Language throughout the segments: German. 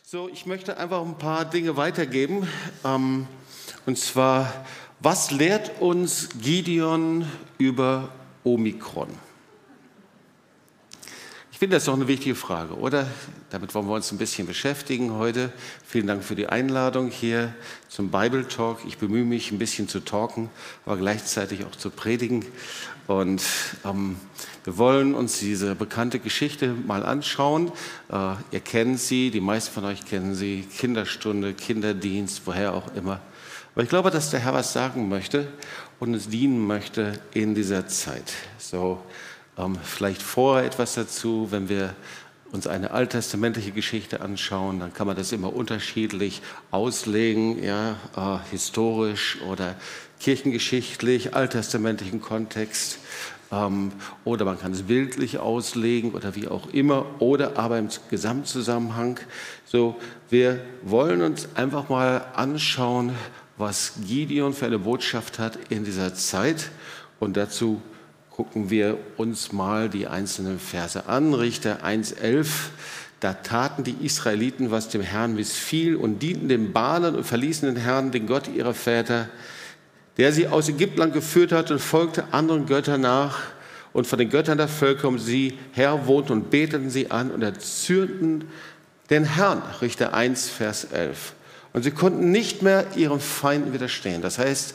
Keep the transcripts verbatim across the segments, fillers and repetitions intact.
So, ich möchte einfach ein paar Dinge weitergeben. Ähm, und zwar, was lehrt uns Gideon über Omikron? Ich finde, das ist doch eine wichtige Frage, oder? Damit wollen wir uns ein bisschen beschäftigen heute. Vielen Dank für die Einladung hier zum Bible Talk. Ich bemühe mich, ein bisschen zu talken, aber gleichzeitig auch zu predigen. Und ähm, wir wollen uns diese bekannte Geschichte mal anschauen. Äh, ihr kennt sie, die meisten von euch kennen sie, Kinderstunde, Kinderdienst, woher auch immer. Aber ich glaube, dass der Herr was sagen möchte und uns dienen möchte in dieser Zeit. So, ähm, vielleicht vorher etwas dazu, wenn wir uns eine alttestamentliche Geschichte anschauen, dann kann man das immer unterschiedlich auslegen, ja, äh, historisch oder kirchengeschichtlich, alttestamentlichen Kontext. Ähm, oder man kann es bildlich auslegen oder wie auch immer, oder aber im Gesamtzusammenhang. So, wir wollen uns einfach mal anschauen, was Gideon für eine Botschaft hat in dieser Zeit. Und dazu gucken wir uns mal die einzelnen Verse an. Richter eins elf. Da taten die Israeliten, was dem Herrn missfiel, und dienten den Baalern und verließen den Herrn, den Gott ihrer Väter, der sie aus Ägyptland geführt hat, und folgte anderen Göttern nach. Und von den Göttern der Völker um sie her wohnten und beteten sie an und erzürnten den Herrn. Richter eins, Vers elf. Und sie konnten nicht mehr ihren Feinden widerstehen. Das heißt,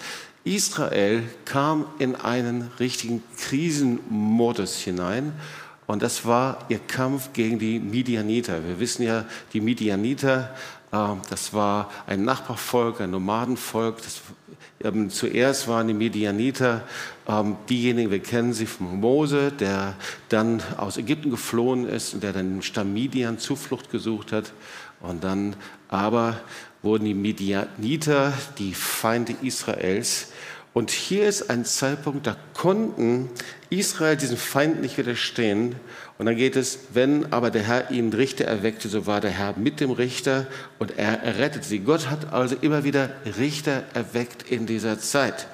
Israel kam in einen richtigen Krisenmodus hinein. Und das war ihr Kampf gegen die Midianiter. Wir wissen ja, die Midianiter, äh, das war ein Nachbarvolk, ein Nomadenvolk. Das, ähm, zuerst waren die Midianiter ähm, diejenigen, wir kennen sie von Mose, der dann aus Ägypten geflohen ist und der dann im Stamm Midian Zuflucht gesucht hat. Und dann aber wurden die Midianiter die Feinde Israels. Und hier ist ein Zeitpunkt, da konnten Israel diesen Feind nicht widerstehen. Und dann geht es, wenn aber der Herr ihnen Richter erweckte, so war der Herr mit dem Richter und er errettete sie. Gott hat also immer wieder Richter erweckt in dieser Zeit.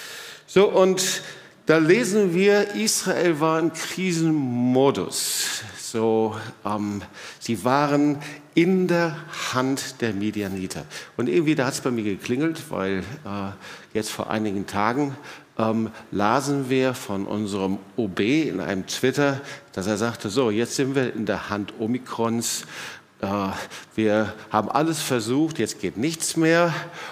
So, und da lesen wir, Israel war im Krisenmodus. So, ähm, sie waren in der Hand der Midianiter. Und irgendwie, da hat es bei mir geklingelt, weil äh, jetzt vor einigen Tagen ähm, lasen wir von unserem O B in einem Twitter, dass er sagte, so, jetzt sind wir in der Hand Omikrons. Äh, wir haben alles versucht, jetzt geht nichts mehr.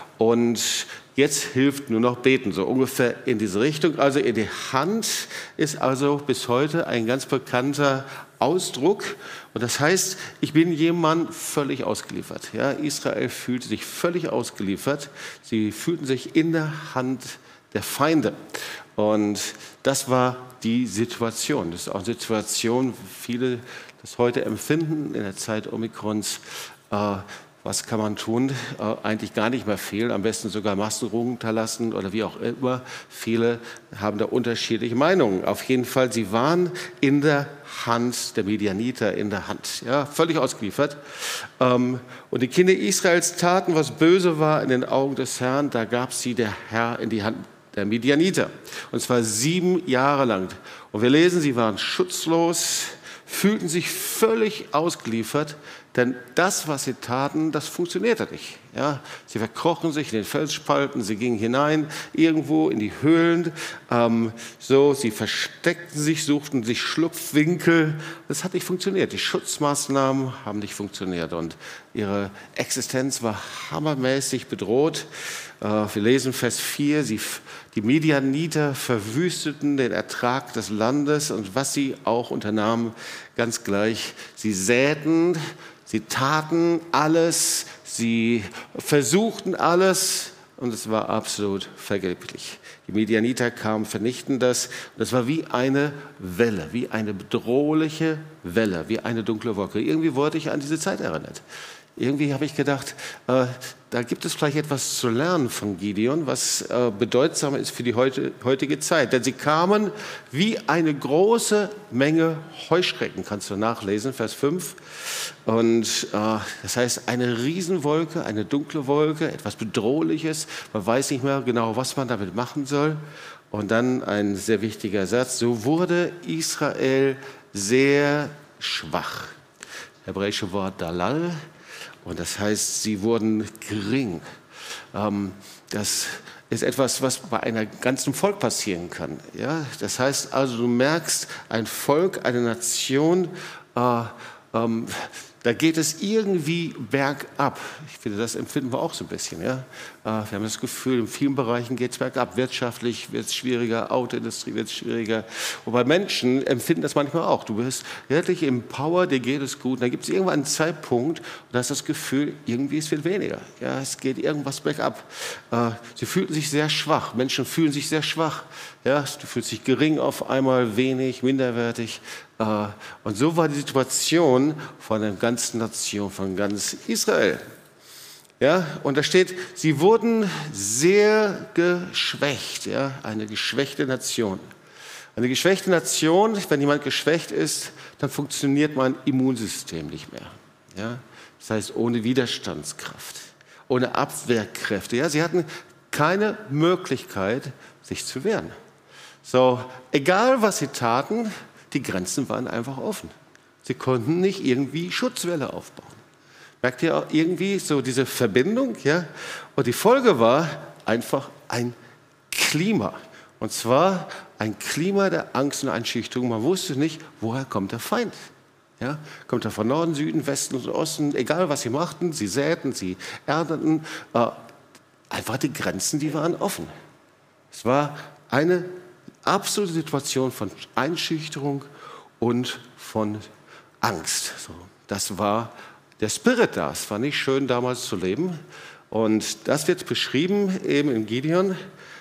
Und jetzt hilft nur noch beten, so ungefähr in diese Richtung. Also in die Hand ist also bis heute ein ganz bekannter Ausdruck. Und das heißt, ich bin jemand völlig ausgeliefert. Ja, Israel fühlte sich völlig ausgeliefert. Sie fühlten sich in der Hand der Feinde. Und das war die Situation. Das ist auch eine Situation, wie viele das heute empfinden in der Zeit Omikrons. Äh, Was kann man tun? Äh, eigentlich gar nicht mehr viel, am besten sogar Masken runterlassen oder wie auch immer. Viele haben da unterschiedliche Meinungen. Auf jeden Fall, sie waren in der Hand der Midianiter, in der Hand, ja, völlig ausgeliefert. Ähm, und die Kinder Israels taten, was böse war in den Augen des Herrn, da gab sie der Herr in die Hand der Midianiter. Und zwar sieben Jahre lang. Und wir lesen, sie waren schutzlos, fühlten sich völlig ausgeliefert, denn das, was sie taten, das funktionierte nicht. Ja, sie verkrochen sich in den Felsspalten, sie gingen hinein, irgendwo in die Höhlen, ähm, so, sie versteckten sich, suchten sich Schlupfwinkel. Das hat nicht funktioniert. Die Schutzmaßnahmen haben nicht funktioniert und ihre Existenz war hammermäßig bedroht. Äh, wir lesen Vers vier, sie, die Midianiter verwüsteten den Ertrag des Landes und was sie auch unternahmen, ganz gleich, sie säten, sie taten alles, sie versuchten alles und es war absolut vergeblich. Die Midianiter kamen, vernichten das. Und das war wie eine Welle, wie eine bedrohliche Welle, wie eine dunkle Wolke. Irgendwie wurde ich an diese Zeit erinnert. Irgendwie habe ich gedacht, äh, da gibt es vielleicht etwas zu lernen von Gideon, was äh, bedeutsam ist für die heute, heutige Zeit. Denn sie kamen wie eine große Menge Heuschrecken, kannst du nachlesen, Vers fünf. Und äh, das heißt, eine Riesenwolke, eine dunkle Wolke, etwas Bedrohliches. Man weiß nicht mehr genau, was man damit machen soll. Und dann ein sehr wichtiger Satz, so wurde Israel sehr schwach. Hebräische Wort Dalal. Und das heißt, sie wurden gering. Ähm, das ist etwas, was bei einem ganzen Volk passieren kann. Ja? Das heißt also, du merkst, ein Volk, eine Nation, äh, ähm, da geht es irgendwie bergab. Ich finde, das empfinden wir auch so ein bisschen. Ja? Wir haben das Gefühl, in vielen Bereichen geht es bergab. Wirtschaftlich wird es schwieriger, Autoindustrie wird es schwieriger. Und bei Menschen empfinden das manchmal auch. Du bist wirklich im Power, dir geht es gut. Und dann gibt es irgendwann einen Zeitpunkt, und da hast das Gefühl, irgendwie es wird weniger. Ja, es geht irgendwas bergab. Sie fühlten sich sehr schwach. Menschen fühlen sich sehr schwach. Ja, du fühlst dich gering auf einmal, wenig, minderwertig. Und so war die Situation von der ganzen Nation, von ganz Israel. Ja, und da steht, sie wurden sehr geschwächt, ja, eine geschwächte Nation. Eine geschwächte Nation, wenn jemand geschwächt ist, dann funktioniert mein Immunsystem nicht mehr. Ja, das heißt, ohne Widerstandskraft, ohne Abwehrkräfte. Ja, sie hatten keine Möglichkeit, sich zu wehren. So, egal was sie taten, die Grenzen waren einfach offen. Sie konnten nicht irgendwie Schutzwälle aufbauen. Merkt ihr auch irgendwie so diese Verbindung? Ja? Und die Folge war einfach ein Klima. Und zwar ein Klima der Angst und Einschüchterung. Man wusste nicht, woher kommt der Feind. Ja? Kommt er von Norden, Süden, Westen und Osten? Egal, was sie machten, sie säten, sie ernteten. Äh, einfach die Grenzen, die waren offen. Es war eine absolute Situation von Einschüchterung und von Angst. So, das war der Spirit da. Es war nicht schön, damals zu leben. Und das wird beschrieben eben in Gideon.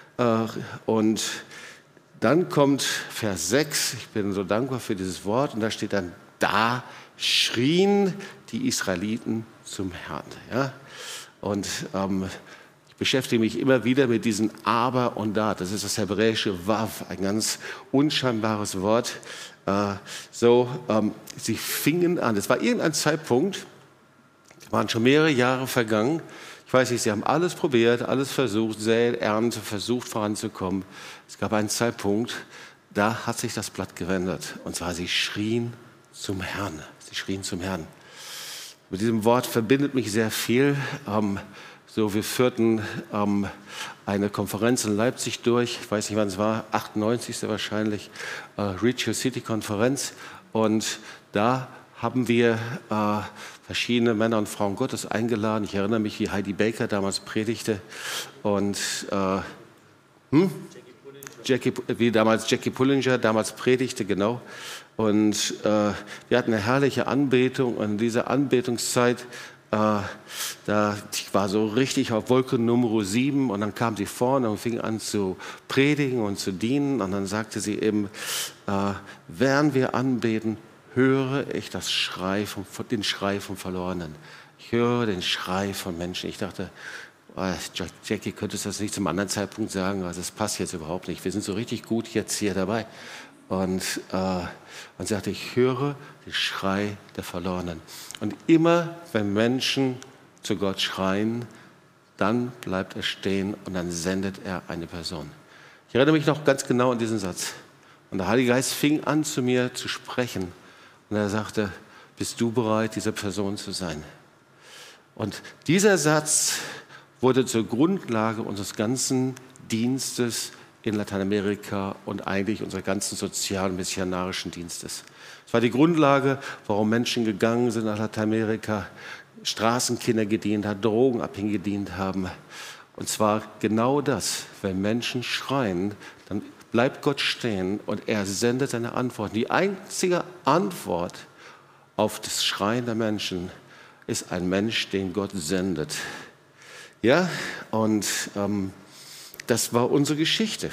Und dann kommt Vers sechs. Ich bin so dankbar für dieses Wort. Und da steht dann, da schrien die Israeliten zum Herrn. Ja? Und ähm, ich beschäftige mich immer wieder mit diesem Aber und Da. Das ist das hebräische Wav, ein ganz unscheinbares Wort. Äh, so, ähm, sie fingen an. Es war irgendein Zeitpunkt, es waren schon mehrere Jahre vergangen. Ich weiß nicht, sie haben alles probiert, alles versucht, Säen, Ernte, versucht voranzukommen. Es gab einen Zeitpunkt, da hat sich das Blatt gewendet. Und zwar, sie schrien zum Herrn. Sie schrien zum Herrn. Mit diesem Wort verbindet mich sehr viel. Ähm, So, wir führten ähm, eine Konferenz in Leipzig durch, ich weiß nicht, wann es war, achtundneunzigste wahrscheinlich, äh, Reach Your City Konferenz. Und da haben wir äh, verschiedene Männer und Frauen Gottes eingeladen. Ich erinnere mich, wie Heidi Baker damals predigte und äh, hm? Jackie, wie damals Jackie Pullinger damals predigte, genau. Und äh, wir hatten eine herrliche Anbetung und in dieser Anbetungszeit Äh, da, ich war so richtig auf Wolke Nummer sieben und dann kam sie vorne und fing an zu predigen und zu dienen und dann sagte sie eben, äh, während wir anbeten, höre ich das Schrei vom, den Schrei vom Verlorenen. Ich höre den Schrei von Menschen. Ich dachte, oh, Jackie, könntest du das nicht zum anderen Zeitpunkt sagen? Also das passt jetzt überhaupt nicht. Wir sind so richtig gut jetzt hier dabei. Und, äh, und sagte, ich höre den Schrei der Verlorenen. Und immer, wenn Menschen zu Gott schreien, dann bleibt er stehen und dann sendet er eine Person. Ich erinnere mich noch ganz genau an diesen Satz. Und der Heilige Geist fing an, zu mir zu sprechen. Und er sagte, bist du bereit, diese Person zu sein? Und dieser Satz wurde zur Grundlage unseres ganzen Dienstes in Lateinamerika und eigentlich unserer ganzen sozialen missionarischen Dienstes. Es war die Grundlage, warum Menschen gegangen sind nach Lateinamerika, Straßenkinder gedient haben, Drogenabhängige gedient haben. Und zwar genau das, wenn Menschen schreien, dann bleibt Gott stehen und er sendet seine Antworten. Die einzige Antwort auf das Schreien der Menschen ist ein Mensch, den Gott sendet. Ja, und ähm, das war unsere Geschichte.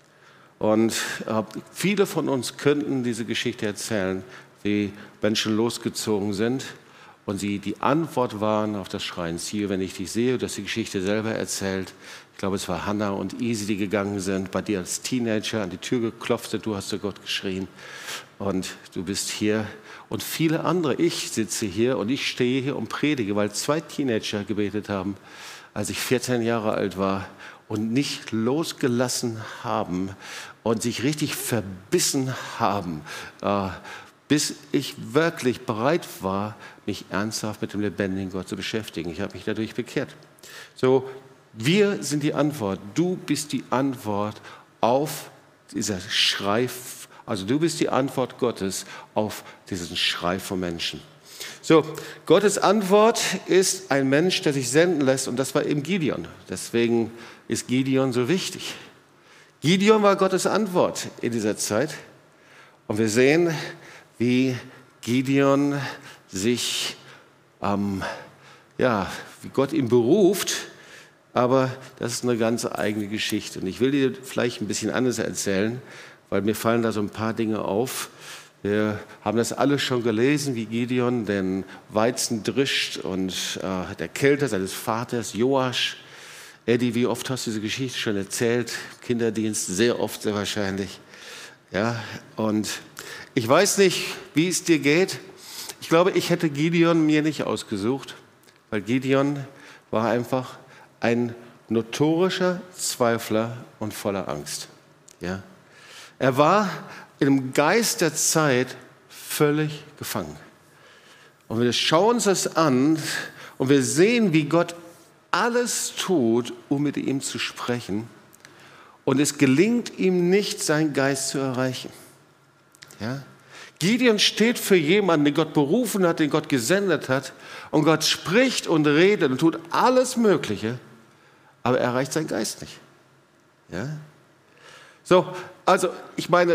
Und äh, viele von uns könnten diese Geschichte erzählen, wie Menschen losgezogen sind und sie die Antwort waren auf das Schreien. Siehe, wenn ich dich sehe, du hast die Geschichte selber erzählt. Ich glaube, es war Hannah und Easy, die gegangen sind, bei dir als Teenager an die Tür geklopft, du hast zu Gott geschrien und du bist hier. Und viele andere, ich sitze hier und ich stehe hier und predige, weil zwei Teenager gebetet haben, als ich vierzehn Jahre alt war und nicht losgelassen haben und sich richtig verbissen haben, äh, bis ich wirklich bereit war, mich ernsthaft mit dem lebendigen Gott zu beschäftigen. Ich habe mich dadurch bekehrt. So, wir sind die Antwort. Du bist die Antwort auf dieser Schrei, also du bist die Antwort Gottes auf diesen Schrei von Menschen. So, Gottes Antwort ist ein Mensch, der sich senden lässt, und das war eben Gideon. Deswegen ist Gideon so wichtig. Gideon war Gottes Antwort in dieser Zeit. Und wir sehen, wie Gideon sich, ähm, ja, wie Gott ihn beruft, aber das ist eine ganz eigene Geschichte. Und ich will dir vielleicht ein bisschen anders erzählen, weil mir fallen da so ein paar Dinge auf. Wir haben das alle schon gelesen, wie Gideon den Weizen drischt und äh, der Kälte seines Vaters Joasch. Eddie, wie oft hast du diese Geschichte schon erzählt? Kinderdienst, sehr oft, sehr wahrscheinlich. Ja, und ich weiß nicht, wie es dir geht. Ich glaube, ich hätte Gideon mir nicht ausgesucht, weil Gideon war einfach ein notorischer Zweifler und voller Angst. Ja? Er war im Geist der Zeit völlig gefangen. Und wir schauen uns das an und wir sehen, wie Gott alles tut, um mit ihm zu sprechen. Und es gelingt ihm nicht, seinen Geist zu erreichen. Ja? Gideon steht für jemanden, den Gott berufen hat, den Gott gesendet hat. Und Gott spricht und redet und tut alles Mögliche, aber er erreicht seinen Geist nicht. Ja? So, also ich meine,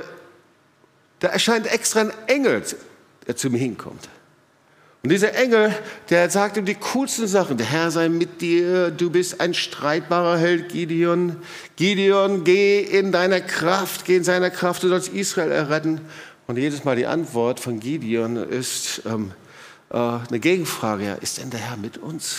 da erscheint extra ein Engel, der zu mir hinkommt. Und dieser Engel, der sagt ihm die coolsten Sachen. Der Herr sei mit dir, du bist ein streitbarer Held, Gideon. Gideon, geh in deiner Kraft, geh in seiner Kraft, du sollst Israel erretten. Und jedes Mal die Antwort von Gideon ist ähm, äh, eine Gegenfrage. Ja, ist denn der Herr mit uns?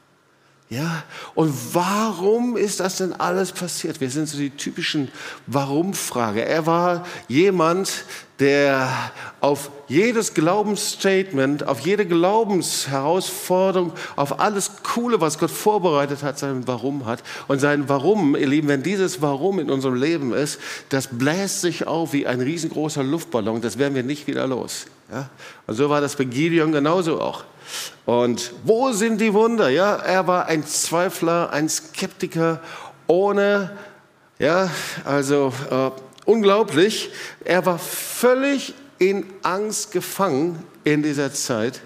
Ja, und warum ist das denn alles passiert? Wir sind so die typischen Warum-Frage. Er war jemand, der auf jedes Glaubensstatement, auf jede Glaubensherausforderung, auf alles Coole, was Gott vorbereitet hat, sein Warum hat. Und sein Warum, ihr Lieben, wenn dieses Warum in unserem Leben ist, das bläst sich auf wie ein riesengroßer Luftballon, das werden wir nicht wieder los. Ja? Und so war das bei Gideon genauso auch. Und wo sind die Wunder? Ja, er war ein Zweifler, ein Skeptiker, ohne, ja, also äh, unglaublich. Er war völlig in Angst gefangen in dieser Zeit.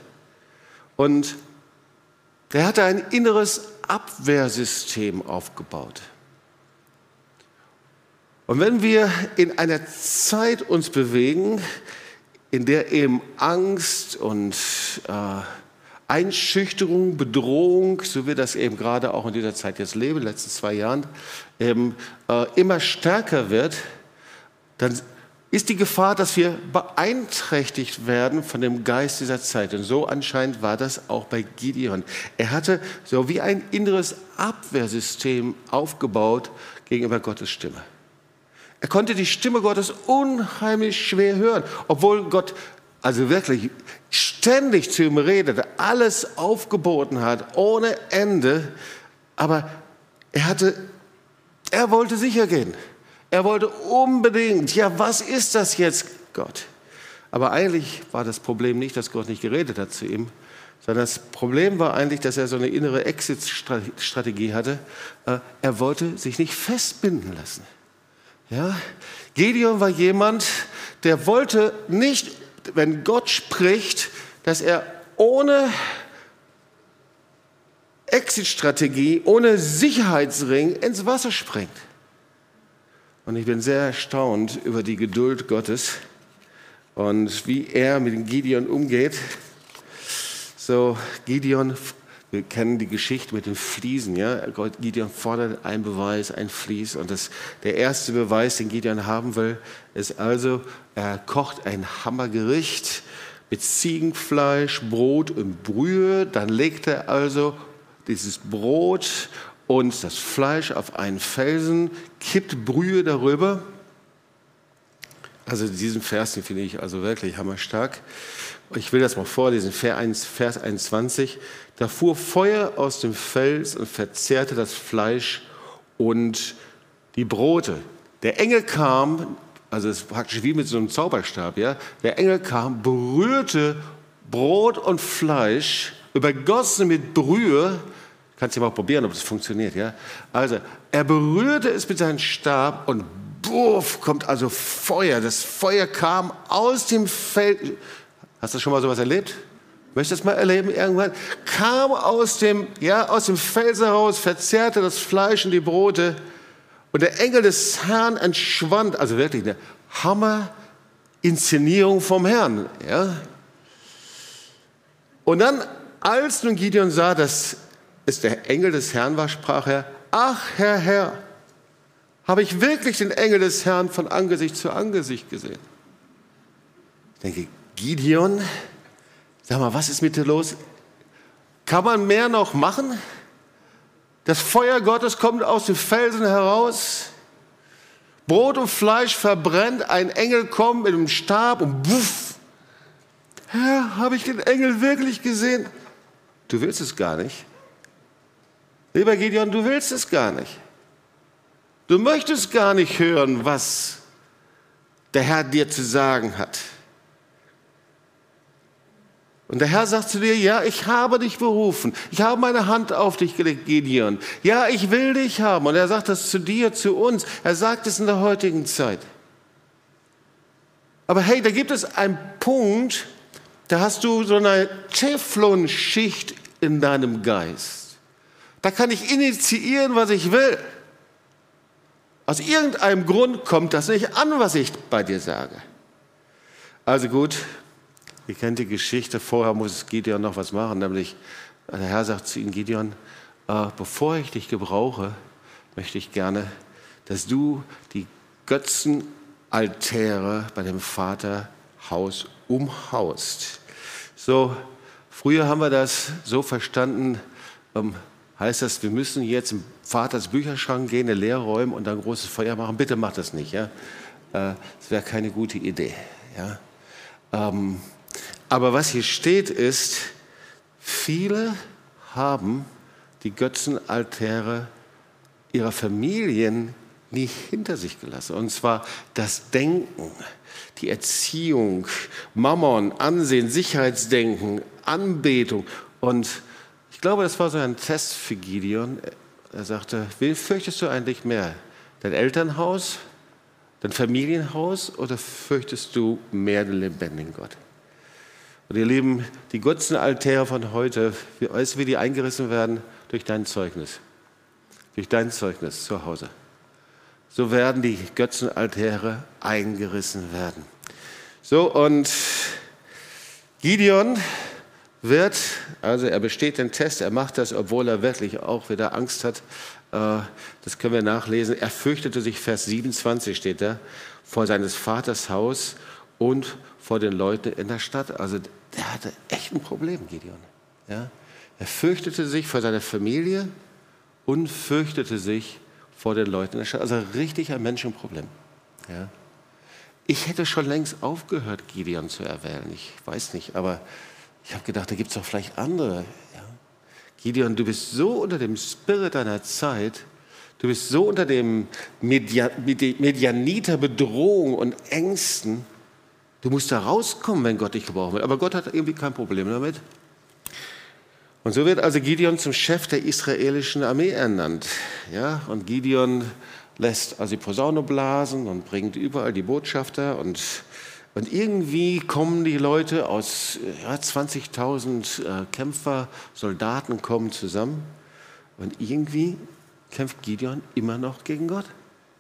Und er hatte ein inneres Abwehrsystem aufgebaut. Und wenn wir in einer Zeit uns bewegen, in der eben Angst und äh, Einschüchterung, Bedrohung, so wie wir das eben gerade auch in dieser Zeit jetzt leben, in den letzten zwei Jahren, eben, äh, immer stärker wird, dann ist die Gefahr, dass wir beeinträchtigt werden von dem Geist dieser Zeit. Und so anscheinend war das auch bei Gideon. Er hatte so wie ein inneres Abwehrsystem aufgebaut gegenüber Gottes Stimme. Er konnte die Stimme Gottes unheimlich schwer hören, obwohl Gott also wirklich ständig zu ihm redete, alles aufgeboten hat, ohne Ende. Aber er hatte, er wollte sicher gehen. Er wollte unbedingt, ja, was ist das jetzt, Gott? Aber eigentlich war das Problem nicht, dass Gott nicht geredet hat zu ihm, sondern das Problem war eigentlich, dass er so eine innere Exit-Strategie hatte. Er wollte sich nicht festbinden lassen. Ja? Gideon war jemand, der wollte nicht, wenn Gott spricht, dass er ohne Exit-Strategie, ohne Sicherheitsring ins Wasser springt. Und ich bin sehr erstaunt über die Geduld Gottes und wie er mit Gideon umgeht. So, Gideon, wir kennen die Geschichte mit den Fliesen. Ja? Gideon fordert einen Beweis, ein Vlies. Und das, der erste Beweis, den Gideon haben will, ist also, er kocht ein Hammergericht mit Ziegenfleisch, Brot und Brühe. Dann legt er also dieses Brot und das Fleisch auf einen Felsen, kippt Brühe darüber. Also diesen Vers, den finde ich also wirklich hammerstark. Ich will das mal vorlesen, Vers einundzwanzig. Da fuhr Feuer aus dem Fels und verzehrte das Fleisch und die Brote. Der Engel kam Also es ist praktisch wie mit so einem Zauberstab. Ja? Der Engel kam, berührte Brot und Fleisch, übergossen mit Brühe. Kannst du mal probieren, ob das funktioniert. Ja? Also er berührte es mit seinem Stab und buff, kommt also Feuer. Das Feuer kam aus dem Feld. Hast du schon mal sowas erlebt? Möchtest du das mal erleben irgendwann? Kam aus dem, ja, aus dem Fels heraus, verzehrte das Fleisch und die Brote. Und der Engel des Herrn entschwand, also wirklich eine Hammer-Inszenierung vom Herrn. Ja? Und dann, als nun Gideon sah, dass es der Engel des Herrn war, sprach er, ach Herr, Herr, habe ich wirklich den Engel des Herrn von Angesicht zu Angesicht gesehen? Ich denke, Gideon, sag mal, was ist mit dir los? Kann man mehr noch machen? Das Feuer Gottes kommt aus dem Felsen heraus. Brot und Fleisch verbrennt. Ein Engel kommt mit einem Stab und buff. Herr, habe ich den Engel wirklich gesehen? Du willst es gar nicht. Lieber Gideon, du willst es gar nicht. Du möchtest gar nicht hören, was der Herr dir zu sagen hat. Und der Herr sagt zu dir, ja, ich habe dich berufen. Ich habe meine Hand auf dich gelegt, Gideon. Ja, ich will dich haben. Und er sagt das zu dir, zu uns. Er sagt es in der heutigen Zeit. Aber hey, da gibt es einen Punkt, da hast du so eine Teflonschicht in deinem Geist. Da kann ich initiieren, was ich will. Aus irgendeinem Grund kommt das nicht an, was ich bei dir sage. Also gut. Ihr kennt die Geschichte, vorher muss Gideon noch was machen, nämlich der Herr sagt zu ihm, Gideon, äh, bevor ich dich gebrauche, möchte ich gerne, dass du die Götzenaltäre bei dem Vaterhaus umhaust. So, früher haben wir das so verstanden, ähm, heißt das, wir müssen jetzt im Vaters Bücherschrank gehen, eine Leere räumen und dann ein großes Feuer machen. Bitte macht das nicht, ja? Äh, das wäre keine gute Idee, ja? Ähm, Aber was hier steht ist, viele haben die Götzenaltäre ihrer Familien nie hinter sich gelassen. Und zwar das Denken, die Erziehung, Mammon, Ansehen, Sicherheitsdenken, Anbetung. Und ich glaube, das war so ein Test für Gideon. Er sagte, wen fürchtest du eigentlich mehr? Dein Elternhaus, dein Familienhaus oder fürchtest du mehr den lebendigen Gott? Und ihr Lieben, die Götzenaltäre von heute, weißt du, wie die eingerissen werden? Durch dein Zeugnis. Durch dein Zeugnis zu Hause. So werden die Götzenaltäre eingerissen werden. So, und Gideon wird, also er besteht den Test, er macht das, obwohl er wirklich auch wieder Angst hat. Das können wir nachlesen. Er fürchtete sich, Vers siebenundzwanzig steht da, vor seines Vaters Haus und vor den Leuten in der Stadt. Also der hatte echt ein Problem, Gideon. Ja? Er fürchtete sich vor seiner Familie und fürchtete sich vor den Leuten in der Stadt. Also richtig ein Menschenproblem. Ja? Ich hätte schon längst aufgehört, Gideon zu erwählen. Ich weiß nicht, aber ich habe gedacht, da gibt es doch vielleicht andere. Ja? Gideon, du bist so unter dem Spirit deiner Zeit, du bist so unter dem Media, Medianiter Bedrohung und Ängsten. Du musst da rauskommen, wenn Gott dich gebrauchen will. Aber Gott hat irgendwie kein Problem damit. Und so wird also Gideon zum Chef der israelischen Armee ernannt. Ja? Und Gideon lässt also die Posaune blasen und bringt überall die Botschafter. Und, und irgendwie kommen die Leute aus ja, zwanzigtausend äh, Kämpfer, Soldaten kommen zusammen. Und irgendwie kämpft Gideon immer noch gegen Gott.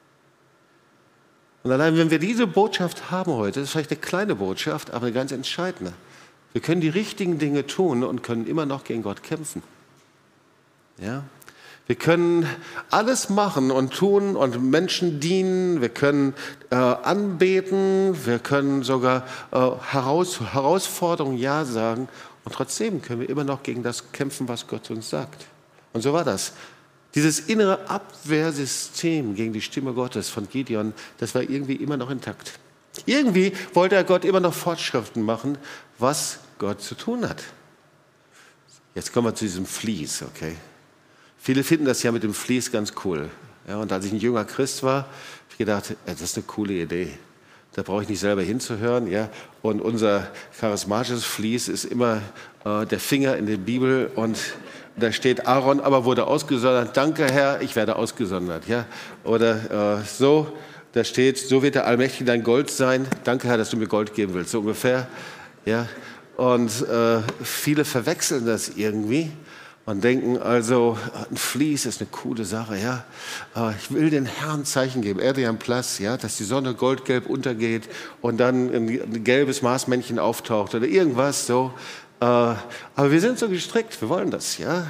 Und allein, wenn wir diese Botschaft haben heute, das ist vielleicht eine kleine Botschaft, aber eine ganz entscheidende. Wir können die richtigen Dinge tun und können immer noch gegen Gott kämpfen. Ja? Wir können alles machen und tun und Menschen dienen. Wir können äh, anbeten. Wir können sogar äh, heraus, Herausforderungen Ja sagen. Und trotzdem können wir immer noch gegen das kämpfen, was Gott uns sagt. Und so war das. Dieses innere Abwehrsystem gegen die Stimme Gottes von Gideon, das war irgendwie immer noch intakt. Irgendwie wollte er Gott immer noch Fortschriften machen, was Gott zu tun hat. Jetzt kommen wir zu diesem Vlies, okay? Viele finden das ja mit dem Vlies ganz cool. Ja, und als ich ein junger Christ war, habe ich gedacht, das ist eine coole Idee. Da brauche ich nicht selber hinzuhören. Ja? Und unser charismatisches Vlies ist immer äh, der Finger in der Bibel. Und da steht, Aaron aber wurde ausgesondert. Danke, Herr, ich werde ausgesondert. Ja? Oder äh, so, da steht, so wird der Allmächtige dein Gold sein. Danke, Herr, dass du mir Gold geben willst. So ungefähr. Ja? Und äh, viele verwechseln das irgendwie. Und denken also, ein Vlies ist eine coole Sache, ja. Ich will den Herrn Zeichen geben, Adrian Plus, ja, dass die Sonne goldgelb untergeht und dann ein gelbes Marsmännchen auftaucht oder irgendwas so. Aber wir sind so gestrickt, wir wollen das, ja.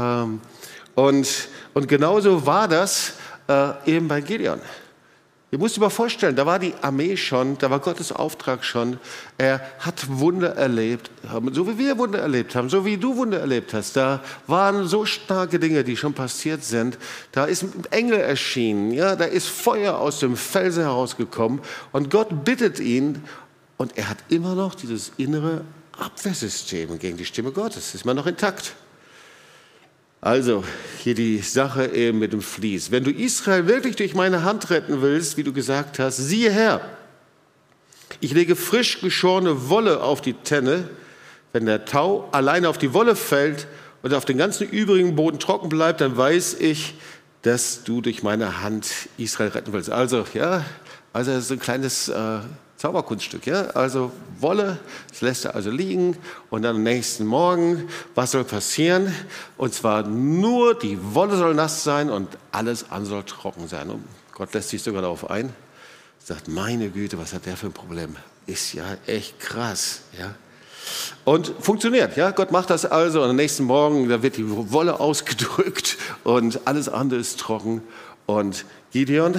Und, und genauso war das eben bei Gideon. Ihr müsst euch mal vorstellen, da war die Armee schon, da war Gottes Auftrag schon. Er hat Wunder erlebt, so wie wir Wunder erlebt haben, so wie du Wunder erlebt hast. Da waren so starke Dinge, die schon passiert sind. Da ist ein Engel erschienen, ja, da ist Feuer aus dem Felsen herausgekommen. Und Gott bittet ihn, und er hat immer noch dieses innere Abwehrsystem gegen die Stimme Gottes. Ist immer noch intakt. Also, hier die Sache eben mit dem Vlies. Wenn du Israel wirklich durch meine Hand retten willst, wie du gesagt hast, siehe her, ich lege frisch geschorene Wolle auf die Tenne. Wenn der Tau alleine auf die Wolle fällt und auf den ganzen übrigen Boden trocken bleibt, dann weiß ich, dass du durch meine Hand Israel retten willst. Also, ja, also das ist ein kleines äh, Zauberkunststück, ja. Also Wolle, das lässt er also liegen und dann am nächsten Morgen, was soll passieren? Und zwar nur die Wolle soll nass sein und alles andere soll trocken sein. Und Gott lässt sich sogar darauf ein, sagt, meine Güte, was hat der für ein Problem? Ist ja echt krass, ja. Und funktioniert, ja. Gott macht das also und am nächsten Morgen, da wird die Wolle ausgedrückt und alles andere ist trocken. Und Gideon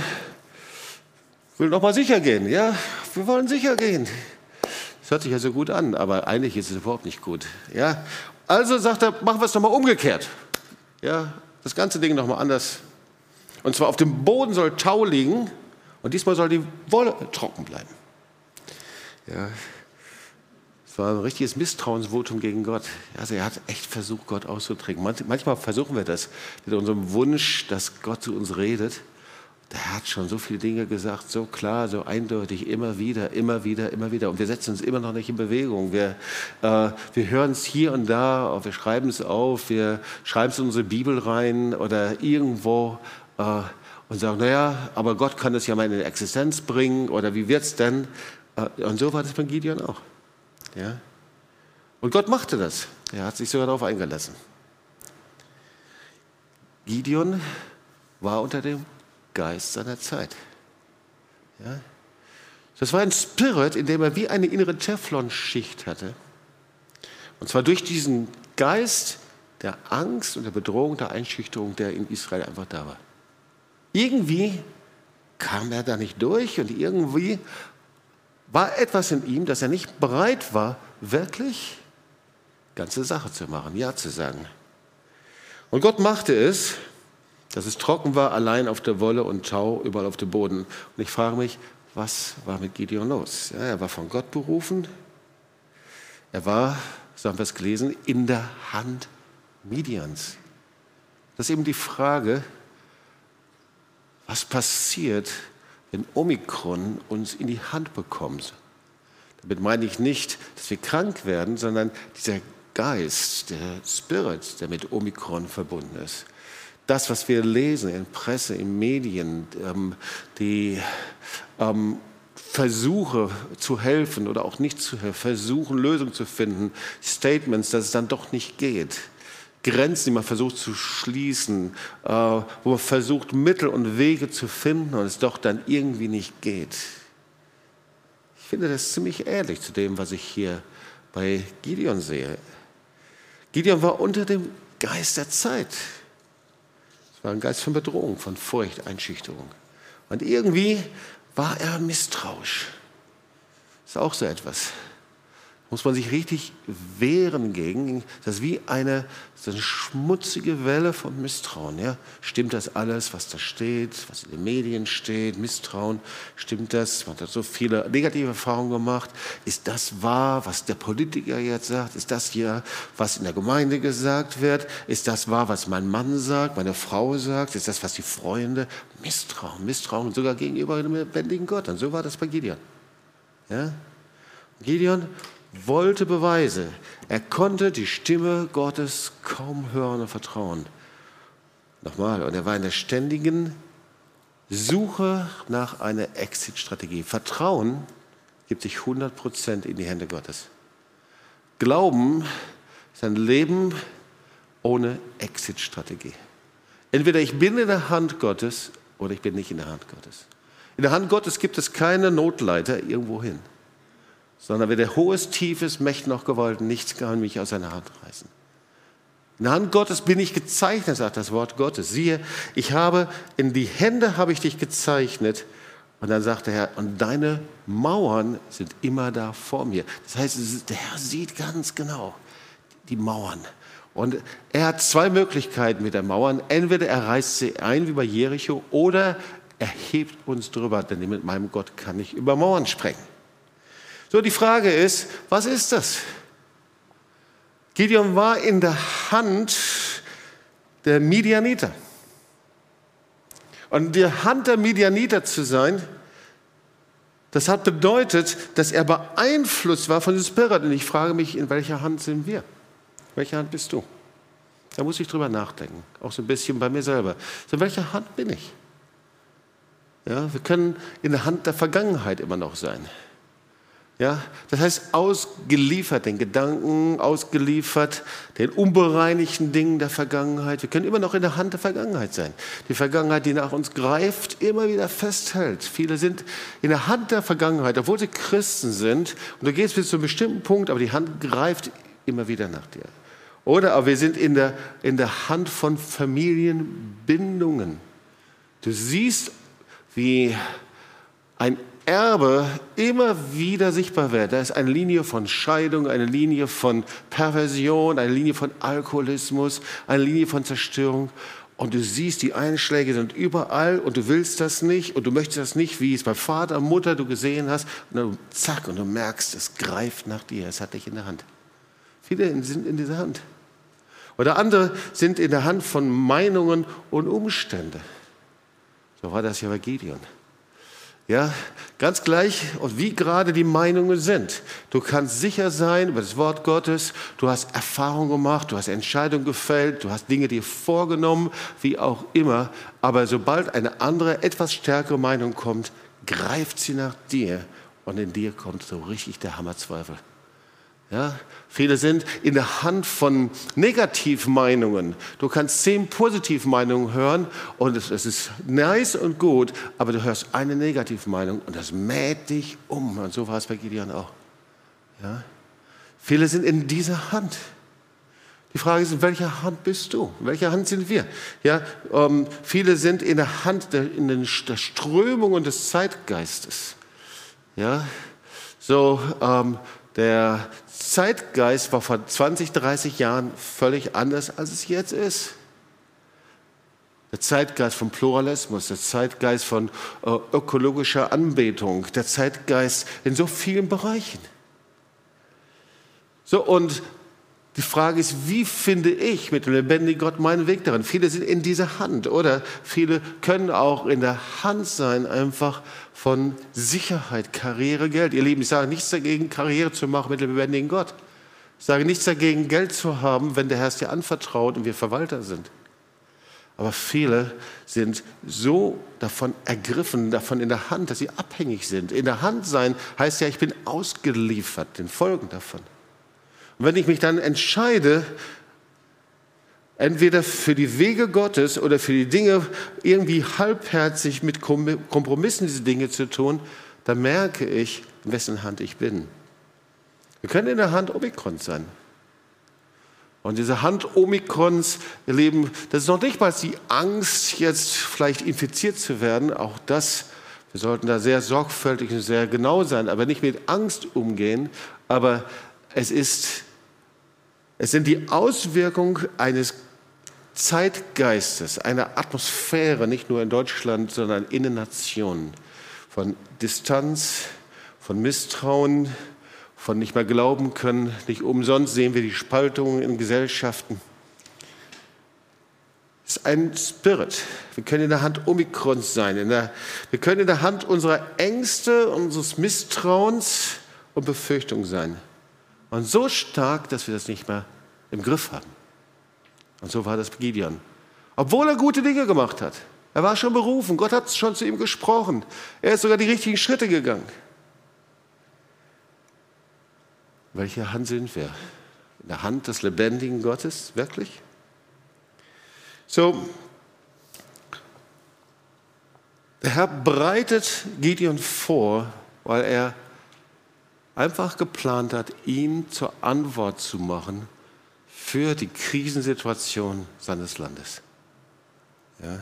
will noch mal sicher gehen, ja, wir wollen sicher gehen. Das hört sich ja so gut an, aber eigentlich ist es überhaupt nicht gut, ja. Also sagt er, machen wir es noch mal umgekehrt, ja, das ganze Ding noch mal anders. Und zwar auf dem Boden soll Tau liegen und diesmal soll die Wolle trocken bleiben. Ja, es war ein richtiges Misstrauensvotum gegen Gott. Also er hat echt versucht, Gott auszudrücken. Manchmal versuchen wir das mit unserem Wunsch, dass Gott zu uns redet. Der hat schon so viele Dinge gesagt, so klar, so eindeutig, immer wieder, immer wieder, immer wieder. Und wir setzen uns immer noch nicht in Bewegung. Wir, äh, wir hören es hier und da, wir schreiben es auf, wir schreiben es in unsere Bibel rein oder irgendwo äh, und sagen, naja, aber Gott kann es ja mal in die Existenz bringen oder wie wird es denn? Äh, und so war das bei Gideon auch. Ja? Und Gott machte das. Er hat sich sogar darauf eingelassen. Gideon war unter dem Geist seiner Zeit. Ja? Das war ein Spirit, in dem er wie eine innere Teflonschicht hatte. Und zwar durch diesen Geist der Angst und der Bedrohung, der Einschüchterung, der in Israel einfach da war. Irgendwie kam er da nicht durch und irgendwie war etwas in ihm, dass er nicht bereit war, wirklich ganze Sache zu machen, Ja zu sagen. Und Gott machte es, dass es trocken war, allein auf der Wolle und Tau überall auf dem Boden. Und ich frage mich, was war mit Gideon los? Ja, er war von Gott berufen. Er war, so haben wir es gelesen, in der Hand Midians. Das ist eben die Frage, was passiert, wenn Omikron uns in die Hand bekommt. Damit meine ich nicht, dass wir krank werden, sondern dieser Geist, der Spirit, der mit Omikron verbunden ist. Das, was wir lesen in Presse, in Medien, ähm, die ähm, Versuche zu helfen oder auch nicht zu helfen, versuchen Lösungen zu finden, Statements, dass es dann doch nicht geht, Grenzen, die man versucht zu schließen, äh, wo man versucht Mittel und Wege zu finden und es doch dann irgendwie nicht geht. Ich finde das ziemlich ähnlich zu dem, was ich hier bei Gideon sehe. Gideon war unter dem Geist der Zeit. War ein Geist von Bedrohung, von Furcht, Einschüchterung. Und irgendwie war er misstrauisch. Das ist auch so etwas. Muss man sich richtig wehren gegen. Das ist wie eine, so eine schmutzige Welle von Misstrauen. Ja? Stimmt das alles, was da steht, was in den Medien steht? Misstrauen, stimmt das? Man hat so viele negative Erfahrungen gemacht. Ist das wahr, was der Politiker jetzt sagt? Ist das hier, was in der Gemeinde gesagt wird? Ist das wahr, was mein Mann sagt, meine Frau sagt? Ist das, was die Freunde? Misstrauen, Misstrauen und sogar gegenüber dem lebendigen Gott. Und so war das bei Gideon. Ja? Gideon wollte Beweise. Er konnte die Stimme Gottes kaum hören und vertrauen. Nochmal, und er war in der ständigen Suche nach einer Exit-Strategie. Vertrauen gibt sich hundert Prozent in die Hände Gottes. Glauben ist ein Leben ohne Exit-Strategie. Entweder ich bin in der Hand Gottes oder ich bin nicht in der Hand Gottes. In der Hand Gottes gibt es keine Notleiter irgendwo hin, sondern weder hohes, tiefes, Mächten noch Gewalten, nichts kann mich aus seiner Hand reißen. In der Hand Gottes bin ich gezeichnet, sagt das Wort Gottes. Siehe, ich habe, in die Hände habe ich dich gezeichnet. Und dann sagt der Herr, und deine Mauern sind immer da vor mir. Das heißt, der Herr sieht ganz genau die Mauern. Und er hat zwei Möglichkeiten mit der Mauern. Entweder er reißt sie ein wie bei Jericho oder er hebt uns drüber, denn mit meinem Gott kann ich über Mauern sprengen. So, die Frage ist, was ist das? Gideon war in der Hand der Midianiter. Und in der Hand der Midianiter zu sein, das hat bedeutet, dass er beeinflusst war von dem Spirit. Und ich frage mich, in welcher Hand sind wir? In welcher Hand bist du? Da muss ich drüber nachdenken, auch so ein bisschen bei mir selber. So, in welcher Hand bin ich? Ja, wir können in der Hand der Vergangenheit immer noch sein. Ja, das heißt, ausgeliefert den Gedanken, ausgeliefert den unbereinigten Dingen der Vergangenheit. Wir können immer noch in der Hand der Vergangenheit sein. Die Vergangenheit, die nach uns greift, immer wieder festhält. Viele sind in der Hand der Vergangenheit, obwohl sie Christen sind. Und du gehst bis zu einem bestimmten Punkt, aber die Hand greift immer wieder nach dir. Oder aber wir sind in der, in der Hand von Familienbindungen. Du siehst, wie ein Erbe immer wieder sichtbar wird. Da ist eine Linie von Scheidung, eine Linie von Perversion, eine Linie von Alkoholismus, eine Linie von Zerstörung. Und du siehst, die Einschläge sind überall und du willst das nicht und du möchtest das nicht, wie es bei Vater, Mutter du gesehen hast. Und dann zack, und du merkst, es greift nach dir, es hat dich in der Hand. Viele sind in dieser Hand. Oder andere sind in der Hand von Meinungen und Umständen. So war das ja bei Gideon. Ja, ganz gleich, und wie gerade die Meinungen sind. Du kannst sicher sein über das Wort Gottes, du hast Erfahrung gemacht, du hast Entscheidungen gefällt, du hast Dinge dir vorgenommen, wie auch immer. Aber sobald eine andere, etwas stärkere Meinung kommt, greift sie nach dir und in dir kommt so richtig der Hammerzweifel. Ja, viele sind in der Hand von Negativmeinungen. Du kannst zehn Positivmeinungen hören und es, es ist nice und gut, aber du hörst eine Negativmeinung und das mäht dich um. Und so war es bei Gideon auch. Ja? Viele sind in dieser Hand. Die Frage ist, in welcher Hand bist du? In welcher Hand sind wir? Ja, ähm, viele sind in der Hand der, in den, der Strömung und des Zeitgeistes. Ja, so ähm, der Zeitgeist war vor zwanzig, dreißig Jahren völlig anders, als es jetzt ist. Der Zeitgeist von Pluralismus, der Zeitgeist von äh, ökologischer Anbetung, der Zeitgeist in so vielen Bereichen. So, und die Frage ist, wie finde ich mit dem lebendigen Gott meinen Weg darin? Viele sind in dieser Hand, oder? Viele können auch in der Hand sein, einfach von Sicherheit, Karriere, Geld. Ihr Lieben, ich sage nichts dagegen, Karriere zu machen mit dem lebendigen Gott. Ich sage nichts dagegen, Geld zu haben, wenn der Herr es dir anvertraut und wir Verwalter sind. Aber viele sind so davon ergriffen, davon in der Hand, dass sie abhängig sind. In der Hand sein heißt ja, ich bin ausgeliefert, den Folgen davon. Und wenn ich mich dann entscheide, entweder für die Wege Gottes oder für die Dinge irgendwie halbherzig mit Kompromissen diese Dinge zu tun, dann merke ich, in wessen Hand ich bin. Wir können in der Hand Omikrons sein. Und diese Hand Omikrons, ihr Lieben, das ist noch nicht mal die Angst, jetzt vielleicht infiziert zu werden. Auch das, wir sollten da sehr sorgfältig und sehr genau sein, aber nicht mit Angst umgehen. Aber es ist, es sind die Auswirkungen eines Zeitgeistes, einer Atmosphäre, nicht nur in Deutschland, sondern in den Nationen, von Distanz, von Misstrauen, von nicht mehr glauben können. Nicht umsonst sehen wir die Spaltungen in Gesellschaften. Es ist ein Spirit. Wir können in der Hand Omikrons sein. In der, wir können in der Hand unserer Ängste, unseres Misstrauens und Befürchtung sein. Und so stark, dass wir das nicht mehr im Griff haben. Und so war das bei Gideon. Obwohl er gute Dinge gemacht hat. Er war schon berufen. Gott hat schon zu ihm gesprochen. Er ist sogar die richtigen Schritte gegangen. Welche Hand sind wir? In der Hand des lebendigen Gottes? Wirklich? So, der Herr bereitet Gideon vor, weil er einfach geplant hat, ihn zur Antwort zu machen für die Krisensituation seines Landes. Ja.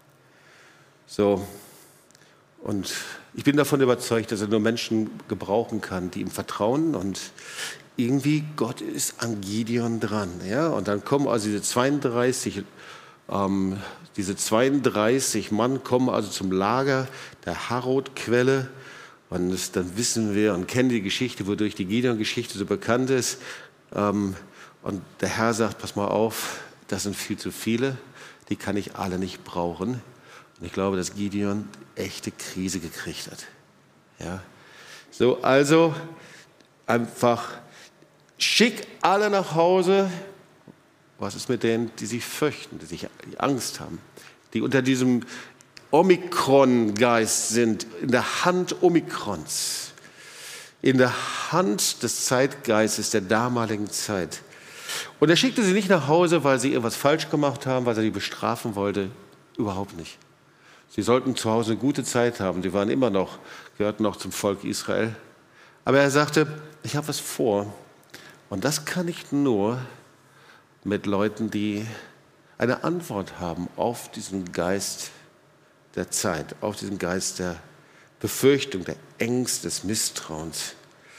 So, und ich bin davon überzeugt, dass er nur Menschen gebrauchen kann, die ihm vertrauen und irgendwie Gott ist an Gideon dran. Ja. Und dann kommen also diese zweiunddreißig Ähm, diese zweiunddreißig Mann kommen also zum Lager der Harod-Quelle und das, dann wissen wir und kennen die Geschichte, wodurch die Gideon-Geschichte so bekannt ist. Ähm, und der Herr sagt, pass mal auf, das sind viel zu viele, die kann ich alle nicht brauchen. Und ich glaube, dass Gideon echte Krise gekriegt hat. Ja? So, also einfach schick alle nach Hause. Was ist mit denen, die sich fürchten, die sich die Angst haben, die unter diesem Omikron-Geist sind, in der Hand Omikrons, in der Hand des Zeitgeistes der damaligen Zeit. Und er schickte sie nicht nach Hause, weil sie irgendwas falsch gemacht haben, weil er sie bestrafen wollte, überhaupt nicht. Sie sollten zu Hause eine gute Zeit haben, sie waren immer noch, gehörten noch zum Volk Israel. Aber er sagte, ich habe was vor und das kann ich nur mit Leuten, die eine Antwort haben auf diesen Geist der Zeit, auf diesen Geist der Befürchtung, der Ängste, des Misstrauens.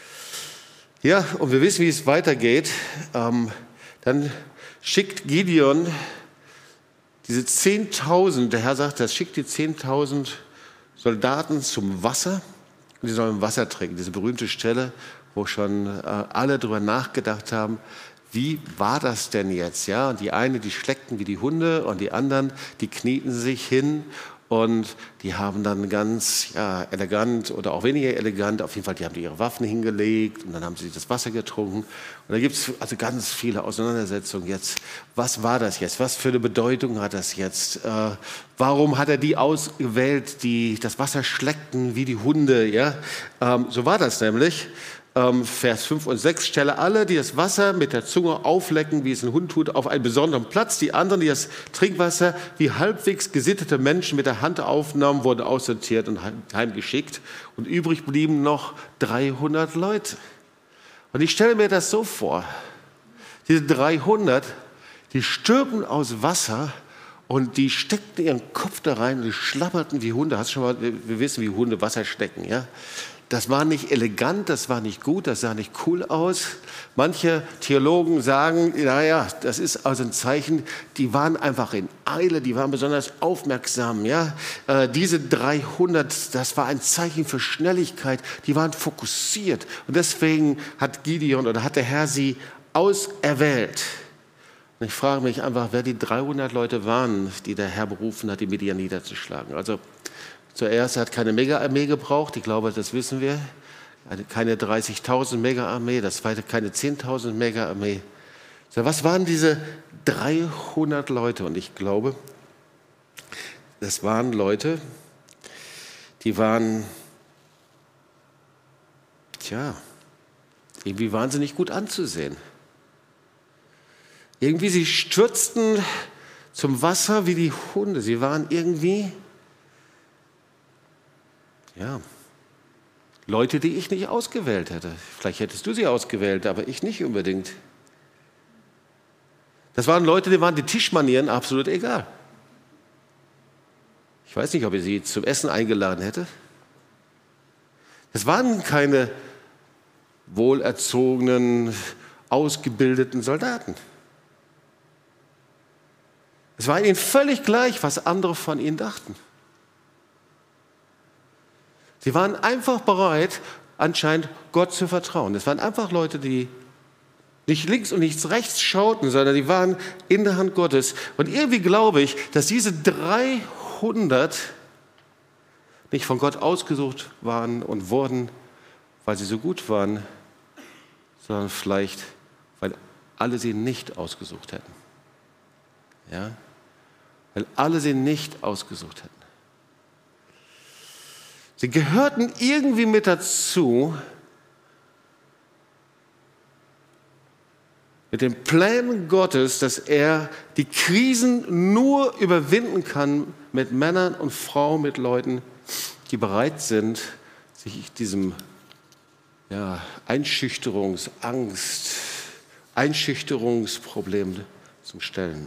Ja, und wir wissen, wie es weitergeht. Ähm, dann schickt Gideon diese zehntausend, der Herr sagt, das schickt die zehntausend Soldaten zum Wasser und die sollen Wasser trinken. Diese berühmte Stelle, wo schon äh, alle darüber nachgedacht haben, wie war das denn jetzt? Ja, und die einen, die schleckten wie die Hunde und die anderen, die knieten sich hin und die haben dann ganz ja, elegant oder auch weniger elegant, auf jeden Fall, die haben ihre Waffen hingelegt und dann haben sie das Wasser getrunken. Und da gibt es also ganz viele Auseinandersetzungen jetzt. Was war das jetzt? Was für eine Bedeutung hat das jetzt? Äh, warum hat er die ausgewählt, die das Wasser schleckten wie die Hunde? Ja? Ähm, so war das nämlich. Vers fünf und sechs, stelle alle, die das Wasser mit der Zunge auflecken, wie es ein Hund tut, auf einen besonderen Platz. Die anderen, die das Trinkwasser wie halbwegs gesittete Menschen mit der Hand aufnahmen, wurden aussortiert und heimgeschickt. Und übrig blieben noch dreihundert Leute. Und ich stelle mir das so vor, diese dreihundert, die stürben aus Wasser und die steckten ihren Kopf da rein und die schlapperten wie Hunde. Hast schon mal, wir wissen, wie Hunde Wasser stecken, ja? Das war nicht elegant, das war nicht gut, das sah nicht cool aus. Manche Theologen sagen, naja, das ist also ein Zeichen, die waren einfach in Eile, die waren besonders aufmerksam. Ja? Äh, diese dreihundert, das war ein Zeichen für Schnelligkeit, die waren fokussiert. Und deswegen hat Gideon oder hat der Herr sie auserwählt. Und ich frage mich einfach, wer die dreihundert Leute waren, die der Herr berufen hat, die Midian niederzuschlagen. Also zuerst hat keine Mega-Armee gebraucht, ich glaube, das wissen wir. Keine dreißigtausend Mega-Armee, das zweite keine zehntausend Mega-Armee. So, was waren diese dreihundert Leute? Und ich glaube, das waren Leute, die waren, tja, irgendwie wahnsinnig gut anzusehen. Irgendwie, sie stürzten zum Wasser wie die Hunde. Sie waren irgendwie Ja, Leute, die ich nicht ausgewählt hätte. Vielleicht hättest du sie ausgewählt, aber ich nicht unbedingt. Das waren Leute, die waren die Tischmanieren absolut egal. Ich weiß nicht, ob ich sie zum Essen eingeladen hätte. Das waren keine wohlerzogenen, ausgebildeten Soldaten. Es war ihnen völlig gleich, was andere von ihnen dachten. Sie waren einfach bereit, anscheinend Gott zu vertrauen. Es waren einfach Leute, die nicht links und nicht rechts schauten, sondern die waren in der Hand Gottes. Und irgendwie glaube ich, dass diese dreihundert nicht von Gott ausgesucht waren und wurden, weil sie so gut waren, sondern vielleicht, weil alle sie nicht ausgesucht hätten. Ja? Weil alle sie nicht ausgesucht hätten. Sie gehörten irgendwie mit dazu, mit den Plänen Gottes, dass er die Krisen nur überwinden kann mit Männern und Frauen, mit Leuten, die bereit sind, sich diesem ja, Einschüchterungs-, Angst-, Einschüchterungsproblem zu stellen.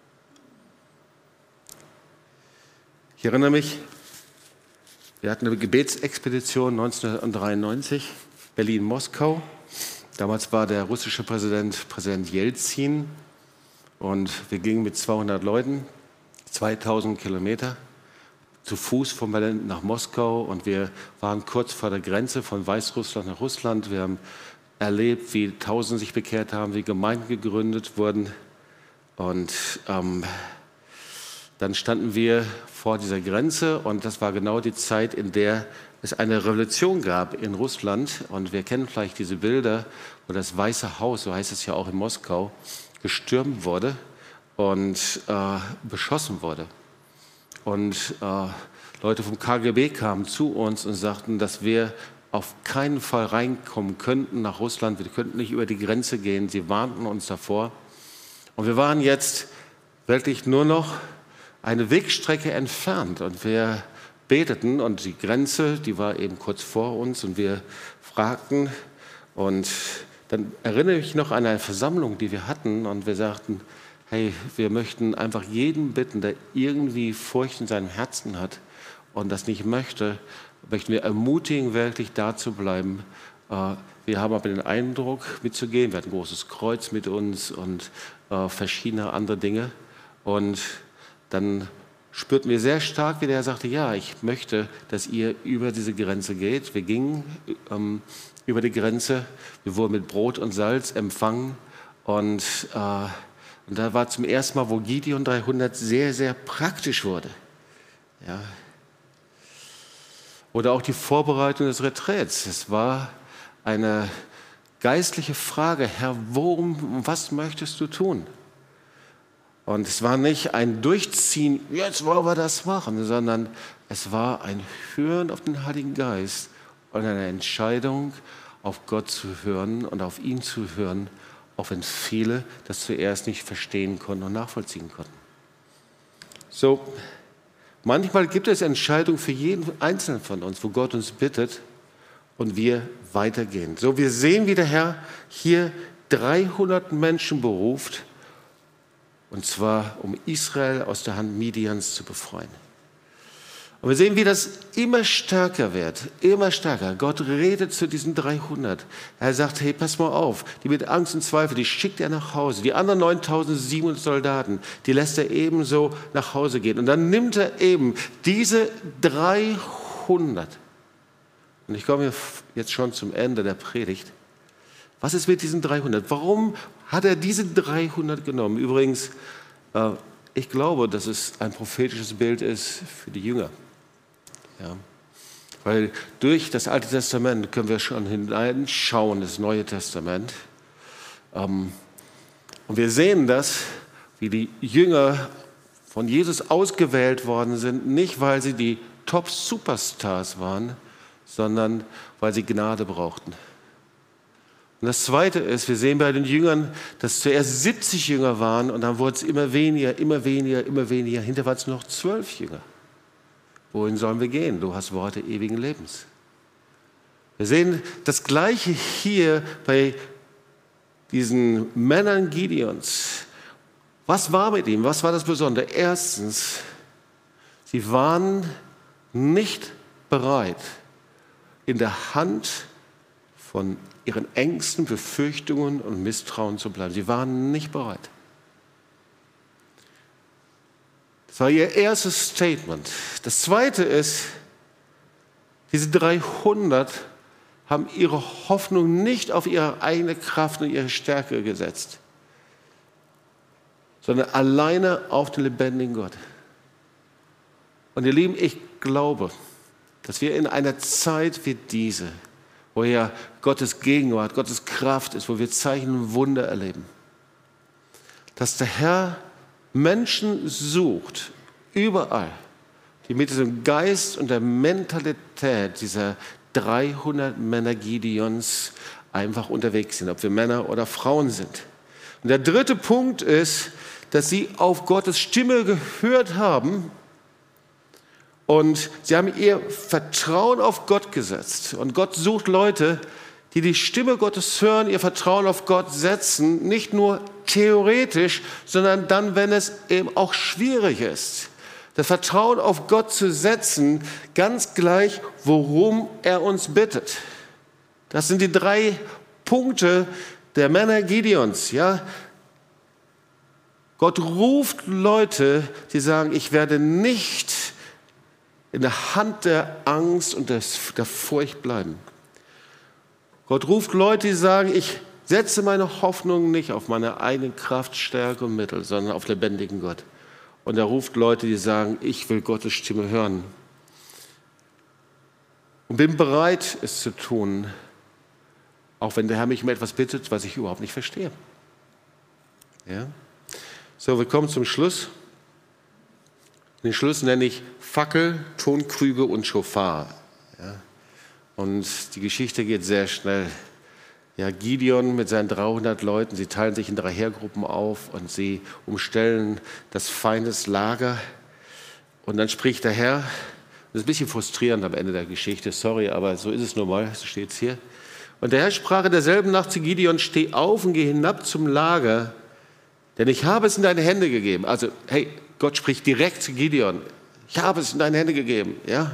Ich erinnere mich, wir hatten eine Gebetsexpedition neunzehnhundertdreiundneunzig, Berlin-Moskau. Damals war der russische Präsident, Präsident Jelzin, und wir gingen mit zweihundert Leuten, zweitausend Kilometer, zu Fuß von Berlin nach Moskau, und wir waren kurz vor der Grenze von Weißrussland nach Russland. Wir haben erlebt, wie Tausende sich bekehrt haben, wie Gemeinden gegründet wurden, und ähm, dann standen wir vor dieser Grenze, und das war genau die Zeit, in der es eine Revolution gab in Russland. Und wir kennen vielleicht diese Bilder, wo das Weiße Haus, so heißt es ja auch in Moskau, gestürmt wurde und äh, beschossen wurde. Und äh, Leute vom K G B kamen zu uns und sagten, dass wir auf keinen Fall reinkommen könnten nach Russland. Wir könnten nicht über die Grenze gehen. Sie warnten uns davor. Und wir waren jetzt wirklich nur noch eine Wegstrecke entfernt, und wir beteten, und die Grenze, die war eben kurz vor uns, und wir fragten, und dann erinnere ich mich noch an eine Versammlung, die wir hatten, und wir sagten, hey, wir möchten einfach jeden bitten, der irgendwie Furcht in seinem Herzen hat und das nicht möchte, möchten wir ermutigen, wirklich da zu bleiben. Wir haben aber den Eindruck, mitzugehen. Wir hatten ein großes Kreuz mit uns und verschiedene andere Dinge, und dann spürten wir sehr stark, wie der Herr sagte, ja, ich möchte, dass ihr über diese Grenze geht. Wir gingen ähm, über die Grenze, wir wurden mit Brot und Salz empfangen, und, äh, und da war zum ersten Mal, wo Gideon dreihundert sehr, sehr praktisch wurde. Ja. Oder auch die Vorbereitung des Retreats. Es war eine geistliche Frage, Herr, worum, was möchtest du tun? Und es war nicht ein Durchziehen, jetzt wollen wir das machen, sondern es war ein Hören auf den Heiligen Geist und eine Entscheidung, auf Gott zu hören und auf ihn zu hören, auch wenn viele das zuerst nicht verstehen konnten und nachvollziehen konnten. So, manchmal gibt es Entscheidungen für jeden Einzelnen von uns, wo Gott uns bittet und wir weitergehen. So, wir sehen, wie der Herr hier dreihundert Menschen beruft, und zwar, um Israel aus der Hand Midians zu befreien. Und wir sehen, wie das immer stärker wird, immer stärker. Gott redet zu diesen dreihundert. Er sagt, hey, pass mal auf, die mit Angst und Zweifel, die schickt er nach Hause. Die anderen neuntausendsiebenhundert Soldaten, die lässt er ebenso nach Hause gehen. Und dann nimmt er eben diese dreihundert. Und ich komme jetzt schon zum Ende der Predigt. Was ist mit diesen dreihundert? Warum hat er diese dreihundert genommen? Übrigens, äh, ich glaube, dass es ein prophetisches Bild ist für die Jünger. Ja. Weil durch das Alte Testament können wir schon hineinschauen, das Neue Testament. Ähm, und wir sehen das, wie die Jünger von Jesus ausgewählt worden sind, nicht weil sie die Top-Superstars waren, sondern weil sie Gnade brauchten. Und das Zweite ist, wir sehen bei den Jüngern, dass zuerst siebzig Jünger waren, und dann wurde es immer weniger, immer weniger, immer weniger. Hinterher waren es noch zwölf Jünger. Wohin sollen wir gehen? Du hast Worte ewigen Lebens. Wir sehen das Gleiche hier bei diesen Männern Gideons. Was war mit ihm? Was war das Besondere? Erstens, sie waren nicht bereit, in der Hand von ihren Ängsten, Befürchtungen und Misstrauen zu bleiben. Sie waren nicht bereit. Das war ihr erstes Statement. Das zweite ist, diese dreihundert haben ihre Hoffnung nicht auf ihre eigene Kraft und ihre Stärke gesetzt, sondern alleine auf den lebendigen Gott. Und ihr Lieben, ich glaube, dass wir in einer Zeit wie diese, wo ja Gottes Gegenwart, Gottes Kraft ist, wo wir Zeichen und Wunder erleben, dass der Herr Menschen sucht, überall, die mit diesem Geist und der Mentalität dieser dreihundert Männer Gideons einfach unterwegs sind, ob wir Männer oder Frauen sind. Und der dritte Punkt ist, dass sie auf Gottes Stimme gehört haben und sie haben ihr Vertrauen auf Gott gesetzt. Und Gott sucht Leute, die die Stimme Gottes hören, ihr Vertrauen auf Gott setzen, nicht nur theoretisch, sondern dann, wenn es eben auch schwierig ist. Das Vertrauen auf Gott zu setzen, ganz gleich, worum er uns bittet. Das sind die drei Punkte der Männer Gideons. Ja? Gott ruft Leute, die sagen, ich werde nicht in der Hand der Angst und der Furcht bleiben. Gott ruft Leute, die sagen, ich setze meine Hoffnung nicht auf meine eigene Kraft, Stärke und Mittel, sondern auf lebendigen Gott. Und er ruft Leute, die sagen, ich will Gottes Stimme hören. Und bin bereit, es zu tun, auch wenn der Herr mich um etwas bittet, was ich überhaupt nicht verstehe. Ja? So, wir kommen zum Schluss. Den Schluss nenne ich Fackel, Tonkrüge und Schofar. Ja? Und die Geschichte geht sehr schnell. Ja, Gideon mit seinen dreihundert Leuten, sie teilen sich in drei Heergruppen auf und sie umstellen das Feindeslager. Und dann spricht der Herr, das ist ein bisschen frustrierend am Ende der Geschichte, sorry, aber so ist es nun mal, so steht es hier. Und der Herr sprach in derselben Nacht zu Gideon, steh auf und geh hinab zum Lager, denn ich habe es in deine Hände gegeben. Also, hey, Gott spricht direkt zu Gideon, ich habe es in deine Hände gegeben, ja.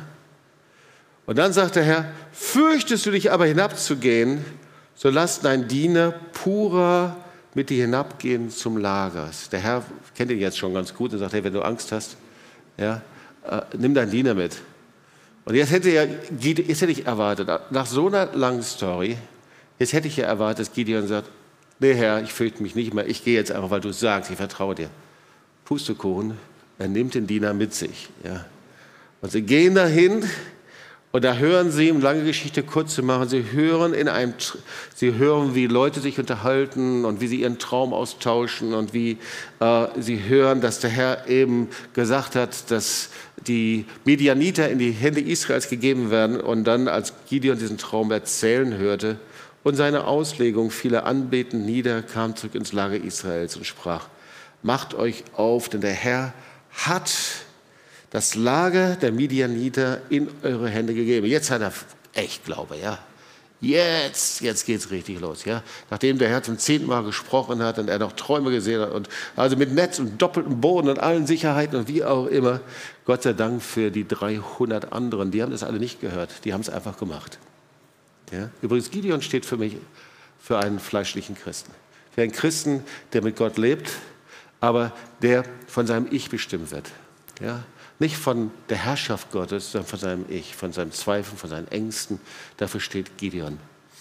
Und dann sagt der Herr, fürchtest du dich aber hinabzugehen, so lass dein Diener Pura mit dir hinabgehen zum Lager. Der Herr kennt ihn jetzt schon ganz gut und sagt, hey, wenn du Angst hast, ja, äh, nimm deinen Diener mit. Und jetzt hätte, ja, jetzt hätte ich erwartet, nach so einer langen Story, jetzt hätte ich ja erwartet, dass Gideon sagt, nee Herr, ich fürchte mich nicht mehr, ich gehe jetzt einfach, weil du sagst, ich vertraue dir. Pustekuchen, er nimmt den Diener mit sich. Ja. Und sie gehen dahin. Und da hören sie, um lange Geschichte kurz zu machen, sie hören, in einem, sie hören, wie Leute sich unterhalten und wie sie ihren Traum austauschen und wie äh, sie hören, dass der Herr eben gesagt hat, dass die Midianiter in die Hände Israels gegeben werden. Und dann, als Gideon diesen Traum erzählen hörte und seine Auslegung, fiel er anbetend nieder, kam zurück ins Lager Israels und sprach, macht euch auf, denn der Herr hat das Lager der Midianiter in eure Hände gegeben. Jetzt hat er echt Glaube, ja. Jetzt, jetzt geht's richtig los, ja. Nachdem der Herr zum zehnten Mal gesprochen hat und er noch Träume gesehen hat und also mit Netz und doppeltem Boden und allen Sicherheiten und wie auch immer. Gott sei Dank für die dreihundert anderen, die haben das alle nicht gehört, die haben es einfach gemacht. Ja? Übrigens, Gideon steht für mich für einen fleischlichen Christen. Für einen Christen, der mit Gott lebt, aber der von seinem Ich bestimmt wird. Ja? Nicht von der Herrschaft Gottes, sondern von seinem Ich, von seinem Zweifel, von seinen Ängsten. Dafür steht Gideon.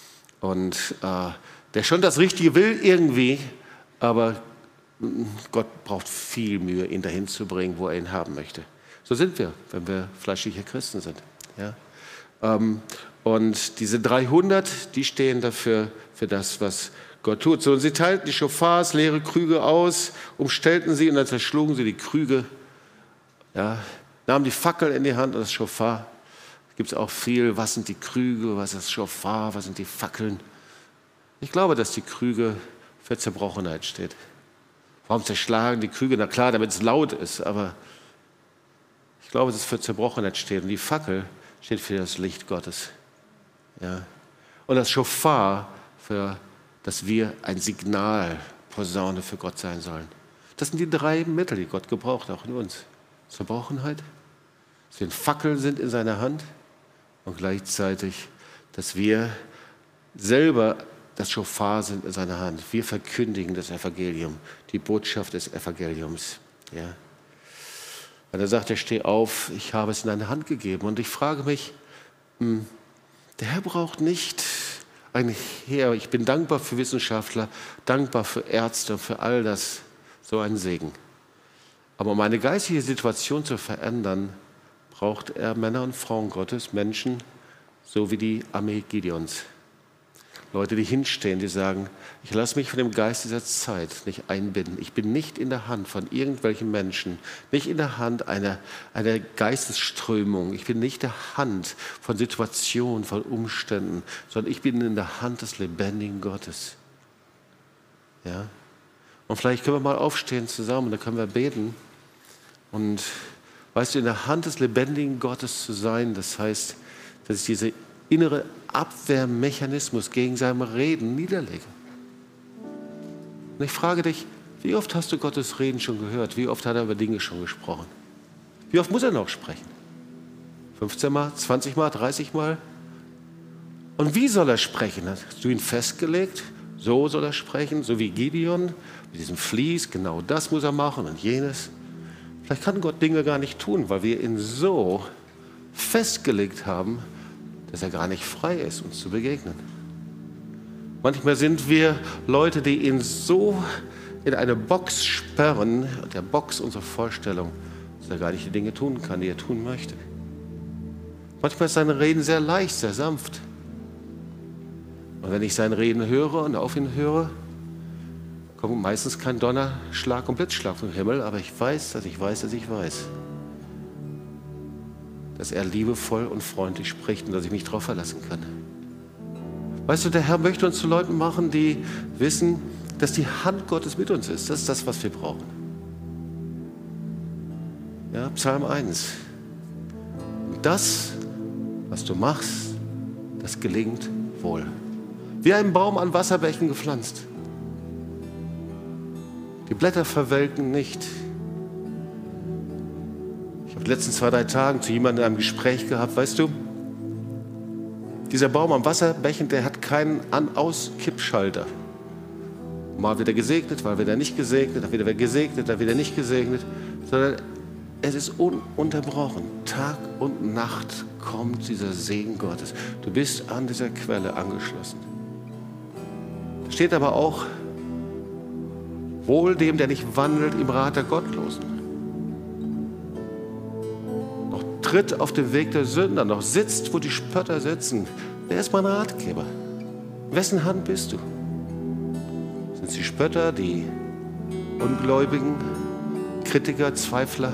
Und äh, der schon das Richtige will irgendwie, aber Gott braucht viel Mühe, ihn dahin zu bringen, wo er ihn haben möchte. So sind wir, wenn wir fleischliche Christen sind. Ja? Ähm, und diese dreihundert, die stehen dafür, für das, was Gott tut. So, und sie teilten die Schofars, leere Krüge aus, umstellten sie und dann zerschlugen sie die Krüge. Ja, nahmen die Fackel in die Hand und das Schofar. Da gibt es auch viel, was sind die Krüge, was ist das Schofar, was sind die Fackeln. Ich glaube, dass die Krüge für Zerbrochenheit steht. Warum zerschlagen die Krüge? Na klar, damit es laut ist, aber ich glaube, dass es für Zerbrochenheit steht. Und die Fackel steht für das Licht Gottes. Ja. Und das Schofar, für, dass wir ein Signal, Posaune für Gott sein sollen. Das sind die drei Mittel, die Gott gebraucht, auch in uns. Zerbrochenheit, dass wir ein Fackel sind in seiner Hand und gleichzeitig, dass wir selber das Schofar sind in seiner Hand. Wir verkündigen das Evangelium, die Botschaft des Evangeliums. Ja. Und er sagt, er steh auf, ich habe es in deine Hand gegeben. Und ich frage mich, Der Herr braucht nicht ein Heer. Ich bin dankbar für Wissenschaftler, dankbar für Ärzte, für all das, so ein Segen. Aber um eine geistige Situation zu verändern, braucht er Männer und Frauen Gottes, Menschen, so wie die Armee Gideons. Leute, die hinstehen, die sagen, ich lasse mich von dem Geist dieser Zeit nicht einbinden. Ich bin nicht in der Hand von irgendwelchen Menschen, nicht in der Hand einer, einer Geistesströmung. Ich bin nicht in der Hand von Situationen, von Umständen, sondern ich bin in der Hand des lebendigen Gottes. Ja? Und vielleicht können wir mal aufstehen zusammen, da können wir beten. Und weißt du, in der Hand des lebendigen Gottes zu sein, das heißt, dass ich diese innere Abwehrmechanismus gegen sein Reden niederlege. Und ich frage dich, wie oft hast du Gottes Reden schon gehört? Wie oft hat er über Dinge schon gesprochen? Wie oft muss er noch sprechen? fünfzehn Mal, zwanzig Mal, dreißig Mal? Und wie soll er sprechen? Hast du ihn festgelegt? So soll er sprechen, so wie Gideon, mit diesem Vlies, genau das muss er machen und jenes. Vielleicht kann Gott Dinge gar nicht tun, weil wir ihn so festgelegt haben, dass er gar nicht frei ist, uns zu begegnen. Manchmal sind wir Leute, die ihn so in eine Box sperren, der Box unserer Vorstellung, dass er gar nicht die Dinge tun kann, die er tun möchte. Manchmal ist sein Reden sehr leicht, sehr sanft. Und wenn ich sein Reden höre und auf ihn höre, kommt meistens kein Donnerschlag und Blitzschlag vom Himmel, aber ich weiß, dass ich weiß, dass ich weiß, dass er liebevoll und freundlich spricht und dass ich mich darauf verlassen kann. Weißt du, der Herr möchte uns zu Leuten machen, die wissen, dass die Hand Gottes mit uns ist. Das ist das, was wir brauchen. Ja, Psalm eins. Und das, was du machst, das gelingt wohl. Wie ein Baum an Wasserbächen gepflanzt. Die Blätter verwelken nicht. Ich habe in den letzten zwei, drei Tagen zu jemandem ein Gespräch gehabt, weißt du, dieser Baum am Wasserbächen, der hat keinen An-Aus-Kippschalter. Mal wird er gesegnet, mal wird er nicht gesegnet, dann wird er gesegnet, dann wird er nicht gesegnet, sondern es ist ununterbrochen. Tag und Nacht kommt dieser Segen Gottes. Du bist an dieser Quelle angeschlossen. Da steht aber auch, wohl dem, der nicht wandelt im Rat der Gottlosen, tritt auf den Weg der Sünder, noch sitzt, wo die Spötter sitzen. Wer ist mein Ratgeber? In wessen Hand bist du? Sind es die Spötter, die Ungläubigen, Kritiker, Zweifler?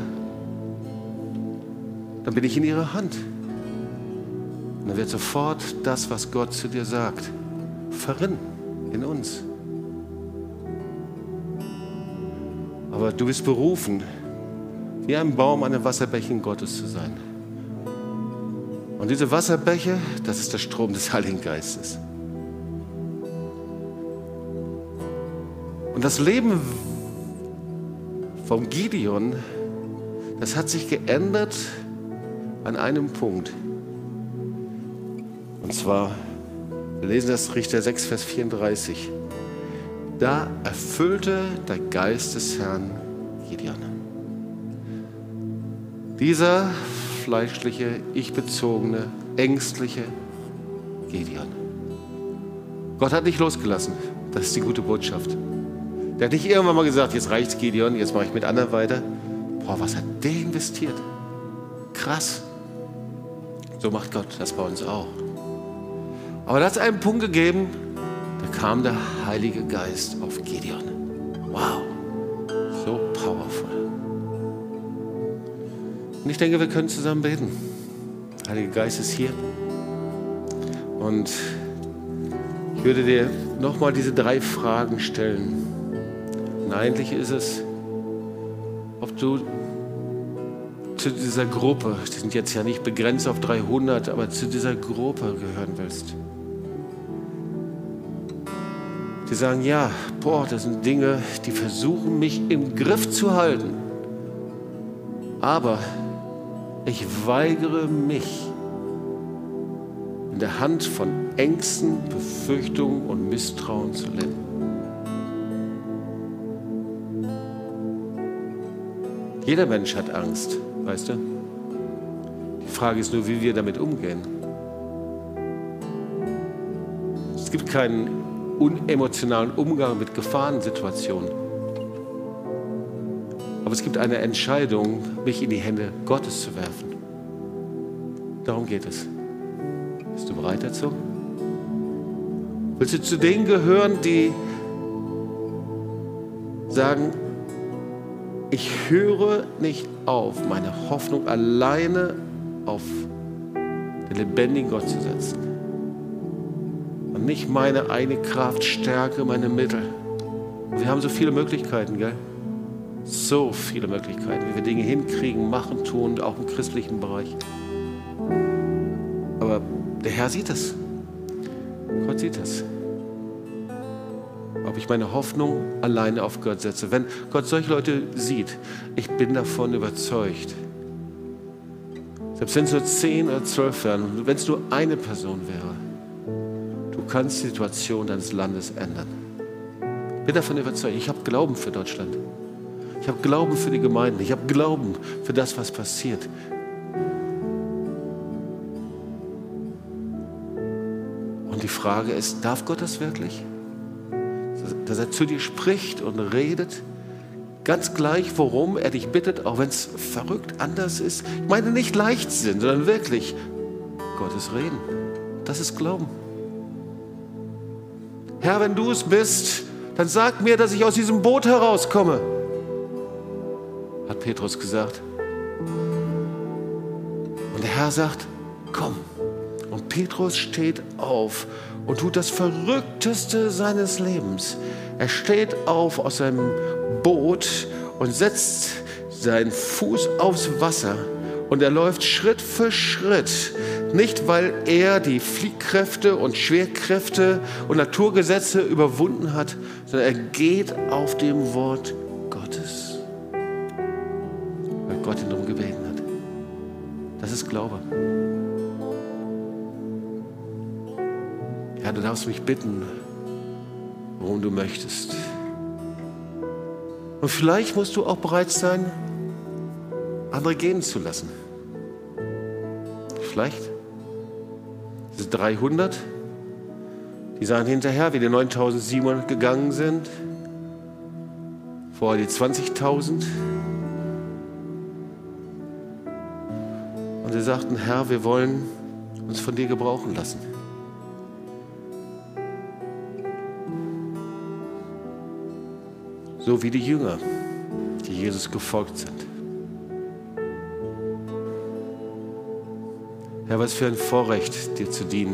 Dann bin ich in ihrer Hand. Und dann wird sofort das, was Gott zu dir sagt, verrinnen in uns. Aber du bist berufen, wie ein Baum an den Wasserbächen Gottes zu sein. Und diese Wasserbäche, das ist der Strom des Heiligen Geistes. Und das Leben vom Gideon, das hat sich geändert an einem Punkt. Und zwar, wir lesen das Richter sechs, Vers vierunddreißig. Da erfüllte der Geist des Herrn Gideon. Dieser fleischliche, ich-bezogene, ängstliche Gideon. Gott hat nicht losgelassen. Das ist die gute Botschaft. Der hat nicht irgendwann mal gesagt, jetzt reicht's Gideon, jetzt mache ich mit anderen weiter. Boah, was hat der investiert? Krass. So macht Gott das bei uns auch. Aber da hat es einen Punkt gegeben, da kam der Heilige Geist auf Gideon. Wow, so powerful. Und ich denke, wir können zusammen beten. Der Heilige Geist ist hier. Und ich würde dir nochmal diese drei Fragen stellen. Und eigentlich ist es, ob du zu dieser Gruppe, die sind jetzt ja nicht begrenzt auf dreihundert, aber zu dieser Gruppe gehören willst. Die sagen, ja, boah, das sind Dinge, die versuchen mich im Griff zu halten. Aber ich weigere mich, in der Hand von Ängsten, Befürchtungen und Misstrauen zu leben. Jeder Mensch hat Angst, weißt du? Die Frage ist nur, wie wir damit umgehen. Es gibt keinen unemotionalen Umgang mit Gefahrensituationen. Aber es gibt eine Entscheidung, mich in die Hände Gottes zu werfen. Darum geht es. Bist du bereit dazu? Willst du zu denen gehören, die sagen, ich höre nicht auf, meine Hoffnung alleine auf den lebendigen Gott zu setzen. Und nicht meine eigene Kraft, Stärke, meine Mittel. Wir haben so viele Möglichkeiten, gell? So viele Möglichkeiten, wie wir Dinge hinkriegen, machen, tun, auch im christlichen Bereich. Aber der Herr sieht es. Gott sieht es. Ob ich meine Hoffnung alleine auf Gott setze. Wenn Gott solche Leute sieht, ich bin davon überzeugt. Selbst wenn es nur zehn oder zwölf wären, wenn es nur eine Person wäre, du kannst die Situation deines Landes ändern. Ich bin davon überzeugt. Ich habe Glauben für Deutschland. Ich habe Glauben für die Gemeinden. Ich habe Glauben für das, was passiert. Und die Frage ist, darf Gott das wirklich? Dass er zu dir spricht und redet, ganz gleich, worum er dich bittet, auch wenn es verrückt anders ist. Ich meine nicht Leichtsinn, sondern wirklich Gottes Reden. Das ist Glauben. Herr, wenn du es bist, dann sag mir, dass ich aus diesem Boot herauskomme, hat Petrus gesagt. Und der Herr sagt, komm. Und Petrus steht auf und tut das Verrückteste seines Lebens. Er steht auf aus seinem Boot und setzt seinen Fuß aufs Wasser. Und er läuft Schritt für Schritt. Nicht, weil er die Fliehkräfte und Schwerkräfte und Naturgesetze überwunden hat, sondern er geht auf dem Wort Gottes. Weil Gott ihn darum gebeten hat. Das ist Glaube. Ja, du darfst mich bitten, worum du möchtest. Und vielleicht musst du auch bereit sein, andere gehen zu lassen. Vielleicht. Diese dreihundert, die sahen hinterher, wie die neuntausendsiebenhundert gegangen sind. Vorher die zwanzigtausend. Und sie sagten, Herr, wir wollen uns von dir gebrauchen lassen. So wie die Jünger, die Jesus gefolgt sind. Herr, was für ein Vorrecht, dir zu dienen.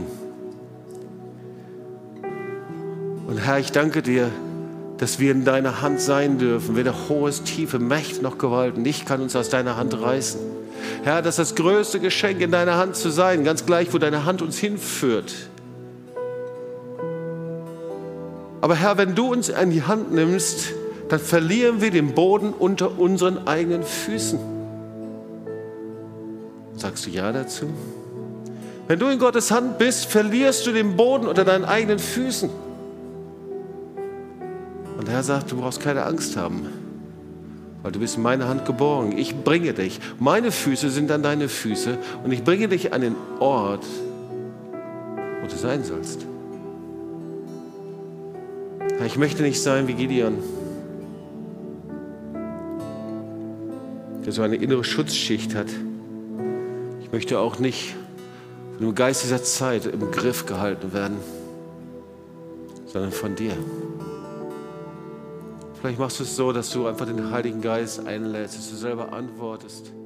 Und Herr, ich danke dir, dass wir in deiner Hand sein dürfen, weder hohes, tiefe Mächte noch Gewalt. Nichts kann uns aus deiner Hand reißen. Herr, das ist das größte Geschenk, in deiner Hand zu sein, ganz gleich, wo deine Hand uns hinführt. Aber Herr, wenn du uns an die Hand nimmst, dann verlieren wir den Boden unter unseren eigenen Füßen. Sagst du ja dazu? Wenn du in Gottes Hand bist, verlierst du den Boden unter deinen eigenen Füßen. Und der Herr sagt, du brauchst keine Angst haben, weil du bist in meine Hand geborgen. Ich bringe dich. Meine Füße sind dann deine Füße und ich bringe dich an den Ort, wo du sein sollst. Herr, ich möchte nicht sein wie Gideon, der so eine innere Schutzschicht hat. Ich möchte auch nicht von dem Geist dieser Zeit im Griff gehalten werden, sondern von dir. Vielleicht machst du es so, dass du einfach den Heiligen Geist einlädst, dass du selber antwortest.